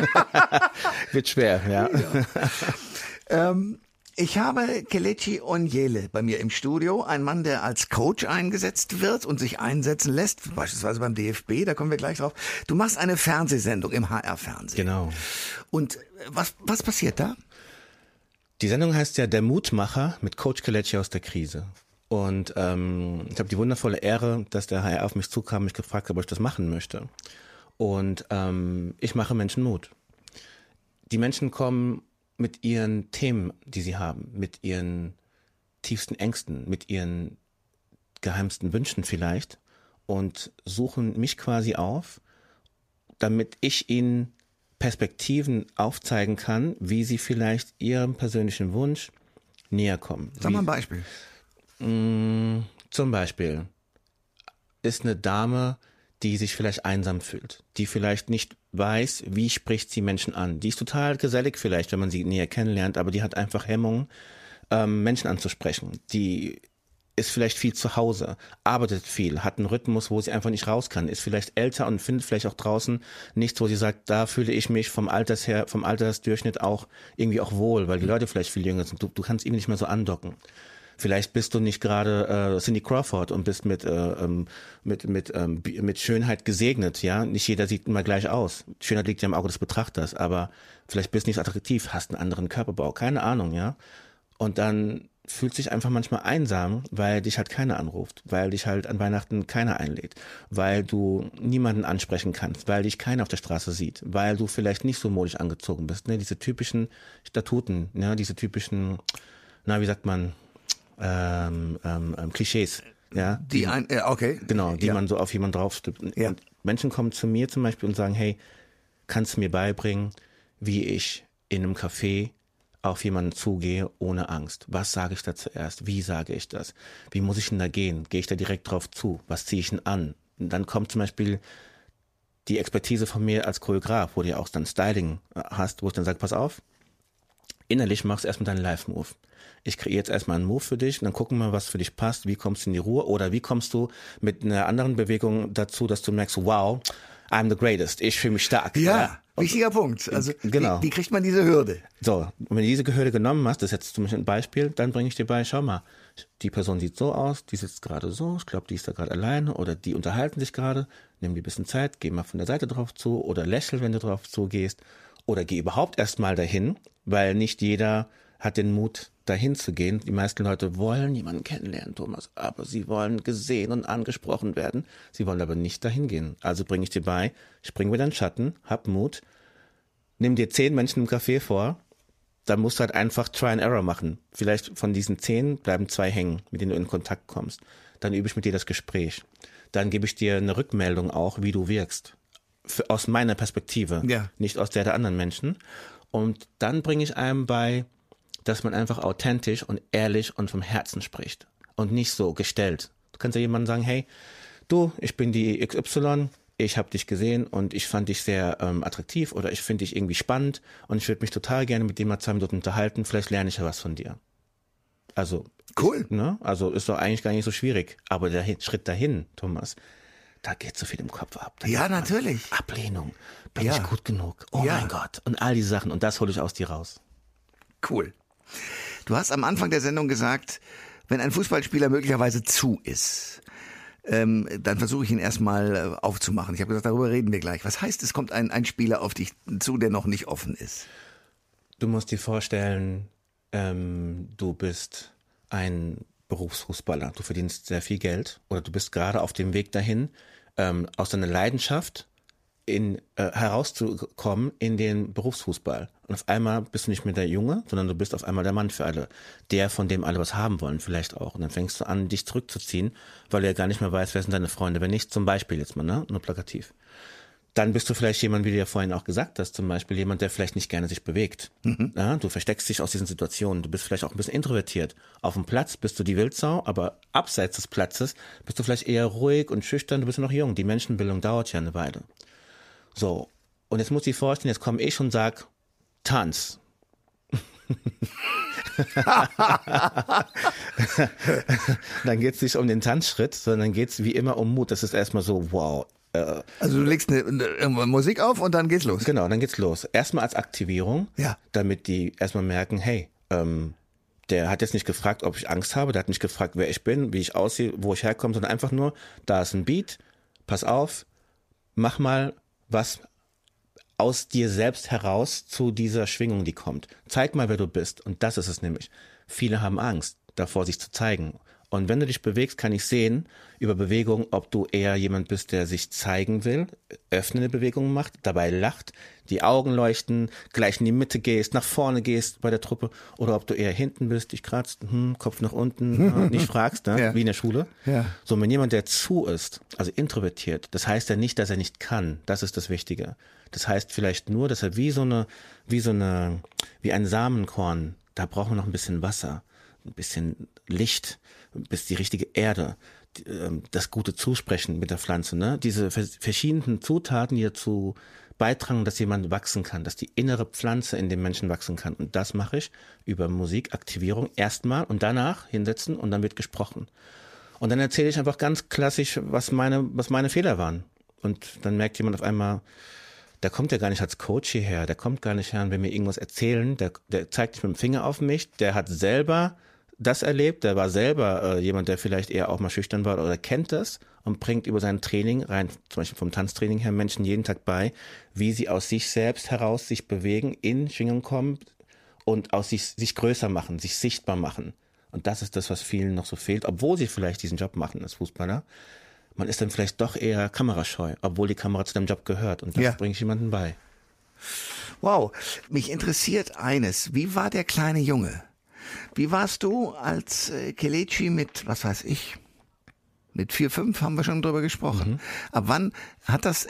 Wird schwer, ja. ja. ähm, Ich habe Kelechi Onyele bei mir im Studio, ein Mann, der als Coach eingesetzt wird und sich einsetzen lässt, beispielsweise beim D F B, da kommen wir gleich drauf. Du machst eine Fernsehsendung im H R-Fernsehen. Genau. Und was, was passiert da? Die Sendung heißt ja Der Mutmacher mit Coach Kelechi aus der Krise. Und ähm, ich habe die wundervolle Ehre, dass der H R auf mich zukam, mich gefragt hat, ob ich das machen möchte. Und ähm, ich mache Menschen Mut. Die Menschen kommen mit ihren Themen, die sie haben, mit ihren tiefsten Ängsten, mit ihren geheimsten Wünschen vielleicht und suchen mich quasi auf, damit ich ihnen Perspektiven aufzeigen kann, wie sie vielleicht ihrem persönlichen Wunsch näher kommen. Sag mal ein Beispiel. Mh, zum Beispiel ist eine Dame, die sich vielleicht einsam fühlt, die vielleicht nicht weiß, wie spricht sie Menschen an. Die ist total gesellig vielleicht, wenn man sie näher kennenlernt, aber die hat einfach Hemmungen, ähm, Menschen anzusprechen. Die ist vielleicht viel zu Hause, arbeitet viel, hat einen Rhythmus, wo sie einfach nicht raus kann, ist vielleicht älter und findet vielleicht auch draußen nichts, wo sie sagt, da fühle ich mich vom Alters her, vom Altersdurchschnitt auch irgendwie auch wohl, weil die Leute vielleicht viel jünger sind. Du, du kannst irgendwie nicht mehr so andocken. Vielleicht bist du nicht gerade äh, Cindy Crawford und bist mit äh, ähm, mit mit ähm, mit Schönheit gesegnet, ja. Nicht jeder sieht immer gleich aus. Schönheit liegt ja im Auge des Betrachters, aber vielleicht bist du nicht so attraktiv, hast einen anderen Körperbau, keine Ahnung, ja. Und dann fühlt sich einfach manchmal einsam, weil dich halt keiner anruft, weil dich halt an Weihnachten keiner einlädt, weil du niemanden ansprechen kannst, weil dich keiner auf der Straße sieht, weil du vielleicht nicht so modisch angezogen bist, ne, diese typischen Statuten, ne, diese typischen, na, wie sagt man, ähm, ähm, ähm, Klischees, ja. Die, die ein, äh, okay. Genau, die ja. man so auf jemanden draufstülpt. Ja. Und Menschen kommen zu mir zum Beispiel und sagen, hey, kannst du mir beibringen, wie ich in einem Café auf jemanden zugehe ohne Angst. Was sage ich da zuerst? Wie sage ich das? Wie muss ich denn da gehen? Gehe ich da direkt drauf zu? Was ziehe ich denn an? Und dann kommt zum Beispiel die Expertise von mir als Choreograf, wo du ja auch dann Styling hast, wo ich dann sage, pass auf, innerlich machst du erstmal deinen Live-Move. Ich kreiere jetzt erstmal einen Move für dich und dann gucken wir, was für dich passt. Wie kommst du in die Ruhe? Oder wie kommst du mit einer anderen Bewegung dazu, dass du merkst, wow, I'm the greatest. Ich fühle mich stark. Ja. ja. Wichtiger Punkt. Also genau. wie, wie kriegt man diese Hürde? So, und wenn du diese Hürde genommen hast, das ist jetzt zum Beispiel ein Beispiel, dann bringe ich dir bei, schau mal, die Person sieht so aus, die sitzt gerade so, ich glaube, die ist da gerade alleine oder die unterhalten sich gerade, nimm dir ein bisschen Zeit, geh mal von der Seite drauf zu oder lächel, wenn du drauf zugehst oder geh überhaupt erstmal dahin, weil nicht jeder hat den Mut, dahin zu gehen. Die meisten Leute wollen jemanden kennenlernen, Thomas, aber sie wollen gesehen und angesprochen werden. Sie wollen aber nicht dahin gehen. Also bringe ich dir bei, spring wieder in den Schatten, hab Mut, nimm dir zehn Menschen im Café vor, dann musst du halt einfach Try and Error machen. Vielleicht von diesen zehn bleiben zwei hängen, mit denen du in Kontakt kommst. Dann übe ich mit dir das Gespräch. Dann gebe ich dir eine Rückmeldung auch, wie du wirkst. Für, aus meiner Perspektive, ja. nicht aus der der anderen Menschen. Und dann bringe ich einem bei, dass man einfach authentisch und ehrlich und vom Herzen spricht und nicht so gestellt. Du kannst ja jemandem sagen, hey, du, ich bin die X Y, ich habe dich gesehen und ich fand dich sehr ähm, attraktiv oder ich finde dich irgendwie spannend und ich würde mich total gerne mit dir mal zwei Minuten unterhalten, vielleicht lerne ich ja was von dir. Also, cool. Ist, ne? Also ist doch eigentlich gar nicht so schwierig, aber der Schritt dahin, Thomas, da geht so viel im Kopf ab. Da ja, natürlich. Ablehnung, bin ja. ich gut genug? Oh ja. mein Gott. Und all die Sachen und das hole ich aus dir raus. Cool. Du hast am Anfang der Sendung gesagt, wenn ein Fußballspieler möglicherweise zu ist, ähm, dann versuche ich ihn erstmal aufzumachen. Ich habe gesagt, darüber reden wir gleich. Was heißt, es kommt ein, ein Spieler auf dich zu, der noch nicht offen ist? Du musst dir vorstellen, ähm, du bist ein Berufsfußballer. Du verdienst sehr viel Geld oder du bist gerade auf dem Weg dahin, ähm, aus deiner Leidenschaft in, äh, herauszukommen in den Berufsfußball. Und auf einmal bist du nicht mehr der Junge, sondern du bist auf einmal der Mann für alle. Der, von dem alle was haben wollen, vielleicht auch. Und dann fängst du an, dich zurückzuziehen, weil du ja gar nicht mehr weißt, wer sind deine Freunde. Wenn nicht, zum Beispiel jetzt mal, ne? Nur plakativ. Dann bist du vielleicht jemand, wie du ja vorhin auch gesagt hast, zum Beispiel jemand, der vielleicht nicht gerne sich bewegt. Mhm. Ja, du versteckst dich aus diesen Situationen. Du bist vielleicht auch ein bisschen introvertiert. Auf dem Platz bist du die Wildsau, aber abseits des Platzes bist du vielleicht eher ruhig und schüchtern. Du bist noch jung. Die Menschenbildung dauert ja eine Weile. So, und jetzt muss ich dir vorstellen, jetzt komme ich und sag, Tanz. Dann geht es nicht um den Tanzschritt, sondern geht es wie immer um Mut. Das ist erstmal so, wow. Äh, also du legst eine, eine Musik auf und dann geht's los. Genau, dann geht's los. Erstmal als Aktivierung, ja. damit die erstmal merken, hey, ähm, der hat jetzt nicht gefragt, ob ich Angst habe, der hat nicht gefragt, wer ich bin, wie ich aussehe, wo ich herkomme, sondern einfach nur, da ist ein Beat, pass auf, mach mal was aus dir selbst heraus zu dieser Schwingung, die kommt. Zeig mal, wer du bist. Und das ist es nämlich. Viele haben Angst davor, sich zu zeigen. Und wenn du dich bewegst, kann ich sehen über Bewegung, ob du eher jemand bist, der sich zeigen will, öffnende Bewegungen macht, dabei lacht, die Augen leuchten, gleich in die Mitte gehst, nach vorne gehst bei der Truppe, oder ob du eher hinten bist, dich kratzt, hm, Kopf nach unten, nicht fragst, ne? Ja. Wie in der Schule. Ja. So, wenn jemand, der zu ist, also introvertiert, das heißt ja nicht, dass er nicht kann. Das ist das Wichtige. Das heißt vielleicht nur, dass er wie so eine, wie so eine, wie ein Samenkorn, da braucht man noch ein bisschen Wasser, ein bisschen Licht, bis die richtige Erde, das gute Zusprechen mit der Pflanze, ne? Diese verschiedenen Zutaten, die dazu beitragen, dass jemand wachsen kann, dass die innere Pflanze in dem Menschen wachsen kann. Und das mache ich über Musikaktivierung erstmal und danach hinsetzen und dann wird gesprochen. Und dann erzähle ich einfach ganz klassisch, was meine, was meine Fehler waren. Und dann merkt jemand auf einmal, der kommt ja gar nicht als Coach hierher, der kommt gar nicht her und will mir irgendwas erzählen, der, der zeigt nicht mit dem Finger auf mich, der hat selber das erlebt, der war selber äh, jemand, der vielleicht eher auch mal schüchtern war oder kennt das und bringt über sein Training, rein zum Beispiel vom Tanztraining her, Menschen jeden Tag bei, wie sie aus sich selbst heraus sich bewegen, in Schwingung kommen und aus sich, sich größer machen, sich sichtbar machen. Und das ist das, was vielen noch so fehlt, obwohl sie vielleicht diesen Job machen als Fußballer. Man ist dann vielleicht doch eher kamerascheu, obwohl die Kamera zu dem Job gehört. Und das Ja. bringe ich jemandem bei. Wow, mich interessiert eines. Wie war der kleine Junge? Wie warst du als äh, Kelechi mit, was weiß ich, mit vier, fünf haben wir schon drüber gesprochen. Mhm. Ab wann hat das,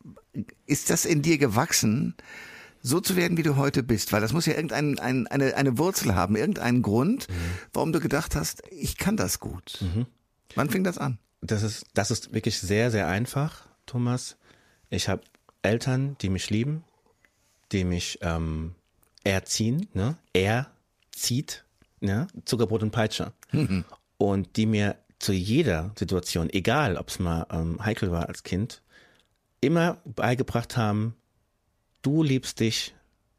ist das in dir gewachsen, so zu werden, wie du heute bist? Weil das muss ja irgendein, ein, eine, eine Wurzel haben, irgendeinen Grund, mhm. warum du gedacht hast, ich kann das gut. Mhm. Wann fing das an? Das ist, das ist wirklich sehr, sehr einfach, Thomas. Ich habe Eltern, die mich lieben, die mich ähm, erziehen, ne? Er zieht, ne? Zuckerbrot und Peitsche. Mhm. Und die mir zu jeder Situation, egal ob es mal ähm, heikel war als Kind, immer beigebracht haben, du liebst dich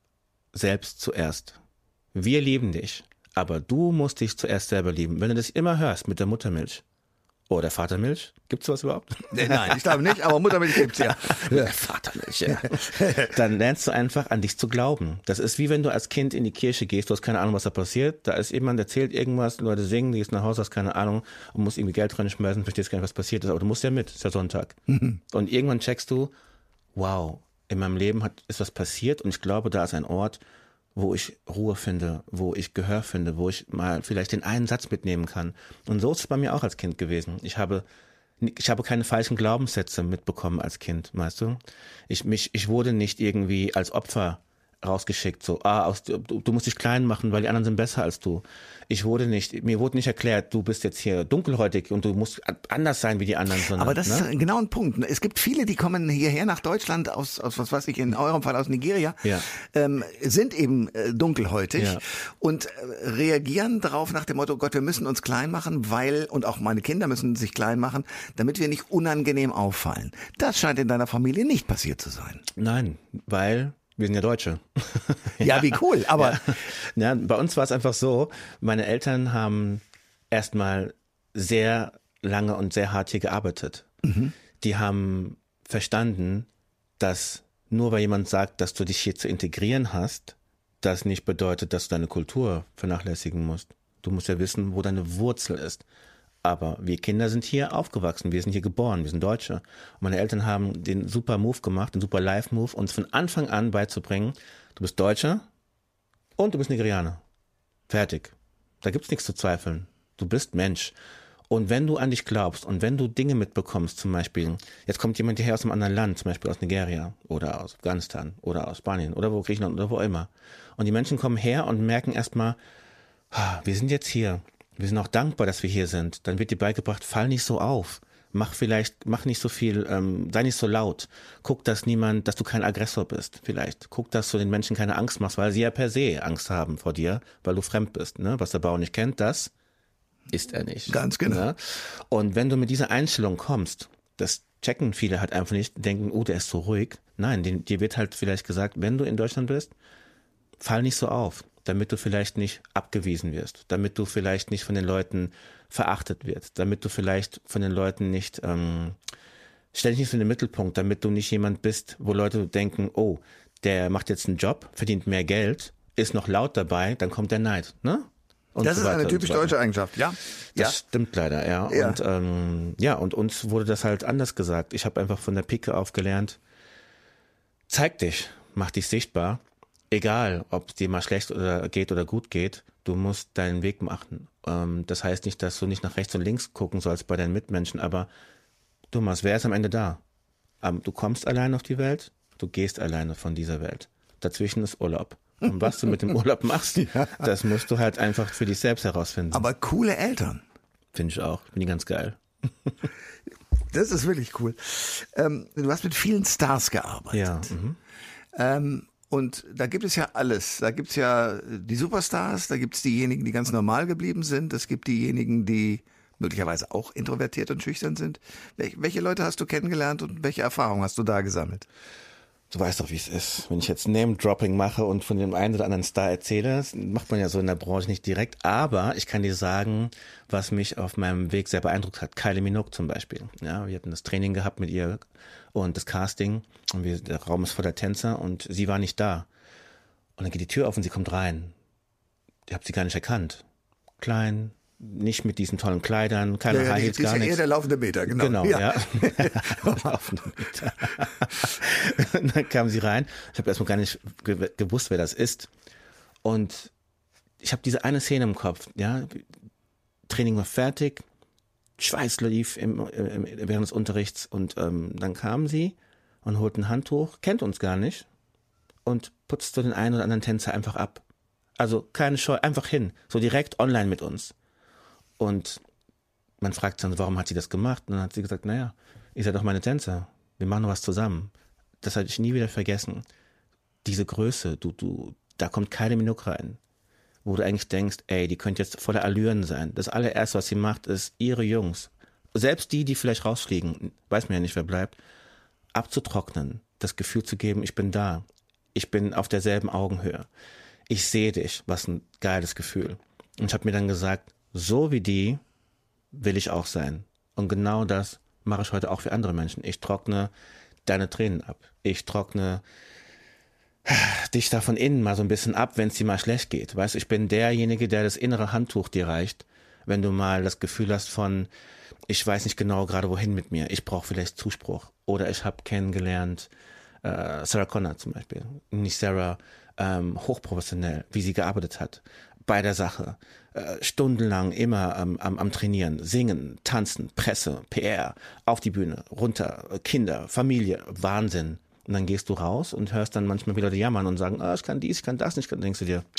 selbst zuerst. Wir lieben dich, aber du musst dich zuerst selber lieben. Wenn du das immer hörst mit der Muttermilch oder Vatermilch, gibt's sowas überhaupt? Nein, ich glaube nicht, aber Muttermilch gibt's ja. Vatermilch, ja. Dann lernst du einfach an dich zu glauben. Das ist wie wenn du als Kind in die Kirche gehst, du hast keine Ahnung, was da passiert. Da ist jemand, der erzählt irgendwas, Leute singen, du gehst nach Hause, hast keine Ahnung und musst irgendwie Geld reinschmeißen, verstehst gar nicht, was passiert ist, aber du musst ja mit, ist ja Sonntag. Mhm. Und irgendwann checkst du, wow, in meinem Leben hat, ist was passiert und ich glaube, da ist ein Ort, wo ich Ruhe finde, wo ich Gehör finde, wo ich mal vielleicht den einen Satz mitnehmen kann. Und so ist es bei mir auch als Kind gewesen. Ich habe, ich habe keine falschen Glaubenssätze mitbekommen als Kind, weißt du? Ich, mich, ich wurde nicht irgendwie als Opfer rausgeschickt, so, ah, aus, du, du musst dich klein machen, weil die anderen sind besser als du. Ich wurde nicht, mir wurde nicht erklärt, du bist jetzt hier dunkelhäutig und du musst anders sein wie die anderen. Sondern, aber das ne? ist genau ein Punkt. Es gibt viele, die kommen hierher nach Deutschland aus, aus was weiß ich, in eurem Fall aus Nigeria, ja. ähm, sind eben äh, dunkelhäutig ja. und äh, reagieren darauf nach dem Motto, Gott, wir müssen uns klein machen, weil, und auch meine Kinder müssen sich klein machen, damit wir nicht unangenehm auffallen. Das scheint in deiner Familie nicht passiert zu sein. Nein, weil wir sind ja Deutsche. ja, ja, wie cool, aber... Ja. Ja, bei uns war es einfach so, meine Eltern haben erstmal sehr lange und sehr hart hier gearbeitet. Mhm. Die haben verstanden, dass nur weil jemand sagt, dass du dich hier zu integrieren hast, das nicht bedeutet, dass du deine Kultur vernachlässigen musst. Du musst ja wissen, wo deine Wurzel ist. Aber wir Kinder sind hier aufgewachsen, wir sind hier geboren, wir sind Deutsche. Und meine Eltern haben den super Move gemacht, den super Live-Move, uns von Anfang an beizubringen, du bist Deutscher und du bist Nigerianer. Fertig. Da gibt's nichts zu zweifeln. Du bist Mensch. Und wenn du an dich glaubst und wenn du Dinge mitbekommst, zum Beispiel, jetzt kommt jemand hierher aus einem anderen Land, zum Beispiel aus Nigeria oder aus Afghanistan oder aus Spanien oder wo Griechenland oder wo immer. Und die Menschen kommen her und merken erstmal, wir sind jetzt hier. Wir sind auch dankbar, dass wir hier sind. Dann wird dir beigebracht, fall nicht so auf. Mach vielleicht, mach nicht so viel, ähm, sei nicht so laut. Guck, dass niemand, dass du kein Aggressor bist, vielleicht. Guck, dass du den Menschen keine Angst machst, weil sie ja per se Angst haben vor dir, weil du fremd bist, ne? Was der Bauer nicht kennt, das ist er nicht. Ganz genau. Ne? Und wenn du mit dieser Einstellung kommst, das checken viele halt einfach nicht, denken, oh, der ist so ruhig. Nein, dir wird halt vielleicht gesagt, wenn du in Deutschland bist, fall nicht so auf, damit du vielleicht nicht abgewiesen wirst, damit du vielleicht nicht von den Leuten verachtet wirst, damit du vielleicht von den Leuten nicht, ähm, stell dich nicht so in den Mittelpunkt, damit du nicht jemand bist, wo Leute denken, oh, der macht jetzt einen Job, verdient mehr Geld, ist noch laut dabei, dann kommt der Neid, ne? Und das so ist eine weiter typisch und so deutsche Eigenschaft, ja. Das ja. stimmt leider, ja. ja. Und ähm, ja, und uns wurde das halt anders gesagt. Ich habe einfach von der Pike auf gelernt, zeig dich, mach dich sichtbar. Egal, ob es dir mal schlecht oder geht oder gut geht, du musst deinen Weg machen. Ähm, das heißt nicht, dass du nicht nach rechts und links gucken sollst bei deinen Mitmenschen, aber Thomas, wer ist am Ende da? Ähm, du kommst allein auf die Welt, du gehst alleine von dieser Welt. Dazwischen ist Urlaub. Und was du mit dem Urlaub machst, ja. das musst du halt einfach für dich selbst herausfinden. Aber coole Eltern. Finde ich auch. Finde ich ganz geil. Das ist wirklich cool. Ähm, du hast mit vielen Stars gearbeitet. Ja. Mhm. Ähm, und da gibt es ja alles. Da gibt es ja die Superstars, da gibt es diejenigen, die ganz normal geblieben sind. Es gibt diejenigen, die möglicherweise auch introvertiert und schüchtern sind. Wel- welche Leute hast du kennengelernt und welche Erfahrungen hast du da gesammelt? Du weißt doch, wie es ist. Wenn ich jetzt Name-Dropping mache und von dem einen oder anderen Star erzähle, das macht man ja so in der Branche nicht direkt. Aber ich kann dir sagen, was mich auf meinem Weg sehr beeindruckt hat. Kylie Minogue zum Beispiel. Ja, wir hatten das Training gehabt mit ihr und das Casting. Und wir, der Raum ist voller Tänzer und sie war nicht da. Und dann geht die Tür auf und sie kommt rein. Ich habe sie gar nicht erkannt. Klein, nicht mit diesen tollen Kleidern, keine Ja, ja, High die, Heels, die ist gar ja nichts. eher der laufende Meter, genau. Genau, ja. ja. Laufende Meter. Und dann kam sie rein. Ich habe erstmal gar nicht ge- gewusst, wer das ist. Und ich habe diese eine Szene im Kopf. Ja, Training war fertig, Schweiß lief im, im, während des Unterrichts. Und ähm, dann kam sie und holt ein Handtuch, kennt uns gar nicht und putzt so den einen oder anderen Tänzer einfach ab. Also keine Scheu, einfach hin, so direkt online mit uns. Und man fragt dann, warum hat sie das gemacht? Und dann hat sie gesagt, naja, ihr seid doch meine Tänzer. Wir machen noch was zusammen. Das hatte ich nie wieder vergessen. Diese Größe, du, du, da kommt Kylie Minogue rein, wo du eigentlich denkst, ey, die könnte jetzt voller Allüren sein. Das allererste, was sie macht, ist ihre Jungs, selbst die, die vielleicht rausfliegen, weiß man ja nicht, wer bleibt, abzutrocknen, das Gefühl zu geben, ich bin da. Ich bin auf derselben Augenhöhe. Ich sehe dich, was ein geiles Gefühl. Und ich habe mir dann gesagt, so wie die will ich auch sein. Und genau das mache ich heute auch für andere Menschen. Ich trockne deine Tränen ab. Ich trockne dich da von innen mal so ein bisschen ab, wenn es dir mal schlecht geht. Weißt du, ich bin derjenige, der das innere Handtuch dir reicht, wenn du mal das Gefühl hast von, ich weiß nicht genau gerade wohin mit mir. Ich brauche vielleicht Zuspruch. Oder ich habe kennengelernt, äh, Sarah Connor zum Beispiel. Nicht Sarah, ähm, hochprofessionell, wie sie gearbeitet hat. Bei der Sache. Äh, stundenlang immer am, am, am Trainieren, singen, tanzen, Presse, P R, auf die Bühne, runter, Kinder, Familie, Wahnsinn. Und dann gehst du raus und hörst dann manchmal wieder die jammern und sagen, ah, ich kann dies, ich kann das nicht. Dann denkst du dir,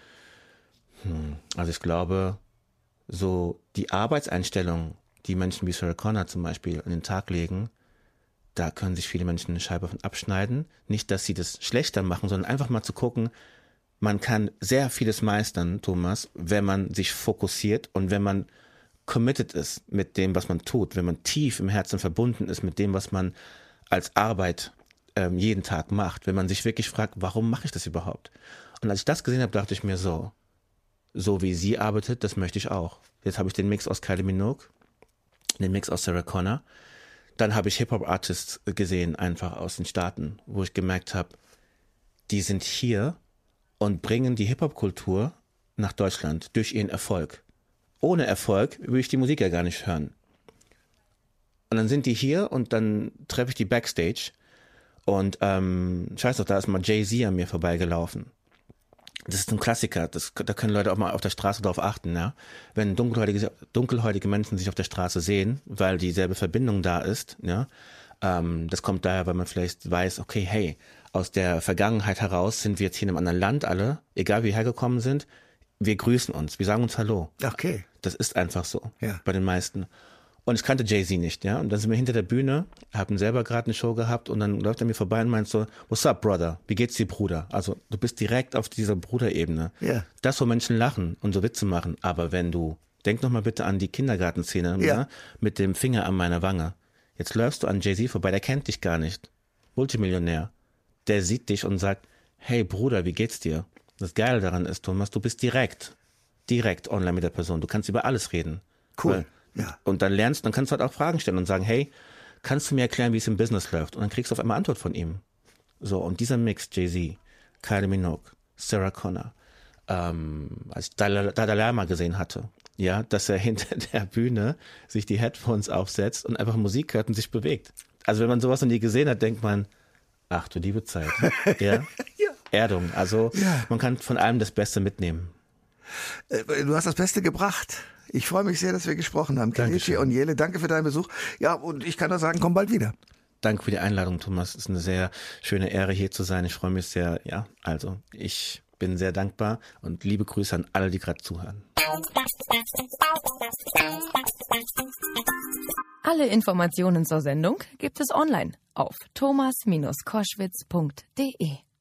hm, also ich glaube, so die Arbeitseinstellung, die Menschen wie Sarah Connor zum Beispiel an den Tag legen, da können sich viele Menschen eine Scheibe von abschneiden. Nicht, dass sie das schlechter machen, sondern einfach mal zu gucken, man kann sehr vieles meistern, Thomas, wenn man sich fokussiert und wenn man committed ist mit dem, was man tut, wenn man tief im Herzen verbunden ist mit dem, was man als Arbeit ähm, jeden Tag macht, wenn man sich wirklich fragt, warum mache ich das überhaupt? Und als ich das gesehen habe, dachte ich mir so, so wie sie arbeitet, das möchte ich auch. Jetzt habe ich den Mix aus Kylie Minogue, den Mix aus Sarah Connor. Dann habe ich Hip-Hop-Artists gesehen, einfach aus den Staaten, wo ich gemerkt habe, die sind hier und bringen die Hip-Hop-Kultur nach Deutschland durch ihren Erfolg. Ohne Erfolg würde ich die Musik ja gar nicht hören. Und dann sind die hier und dann treffe ich die Backstage und ähm, ich weiß doch, da ist mal Jay-Z an mir vorbeigelaufen. Das ist ein Klassiker, das, da können Leute auch mal auf der Straße drauf achten, ja. Wenn dunkelhäutige, dunkelhäutige Menschen sich auf der Straße sehen, weil dieselbe Verbindung da ist, ja. Ähm, das kommt daher, weil man vielleicht weiß, okay, hey, aus der Vergangenheit heraus sind wir jetzt hier in einem anderen Land alle, egal wie wir hergekommen sind, wir grüßen uns, wir sagen uns Hallo. Okay. Das ist einfach so, Ja. bei den meisten. Und ich kannte Jay-Z nicht, ja. Und dann sind wir hinter der Bühne, haben selber gerade eine Show gehabt und dann läuft er mir vorbei und meint so, what's up, brother? Wie geht's dir, Bruder? Also du bist direkt auf dieser Bruderebene. Ja. Das, wo Menschen lachen und so Witze machen. Aber wenn du, denk noch mal bitte an die Kindergartenszene, Ja. ne? Mit dem Finger an meiner Wange. Jetzt läufst du an Jay-Z vorbei, der kennt dich gar nicht. Multimillionär. Der sieht dich und sagt, hey Bruder, wie geht's dir? Das Geile daran ist, Thomas, du bist direkt, direkt online mit der Person. Du kannst über alles reden. Cool. Weil, Ja. Und dann lernst, dann kannst du halt auch Fragen stellen und sagen, hey, kannst du mir erklären, wie es im Business läuft? Und dann kriegst du auf einmal Antwort von ihm. So, und dieser Mix, Jay-Z, Kylie Minogue, Sarah Connor, ähm, als ich Dalai Dalai Lama gesehen hatte, ja, dass er hinter der Bühne sich die Headphones aufsetzt und einfach Musik hört und sich bewegt. Also wenn man sowas noch nie gesehen hat, denkt man, ach du liebe Zeit. Ja? Ja. Erdung. Also Ja. man kann von allem das Beste mitnehmen. Äh, Du hast das Beste gebracht. Ich freue mich sehr, dass wir gesprochen haben. Kelechi Dankeschön. Onyele, danke für deinen Besuch. Ja, und ich kann nur sagen, komm bald wieder. Danke für die Einladung, Thomas. Es ist eine sehr schöne Ehre, hier zu sein. Ich freue mich sehr. Ja, also ich bin sehr dankbar und liebe Grüße an alle, die gerade zuhören. Alle Informationen zur Sendung gibt es online auf thomas Bindestrich koschwitz punkt de.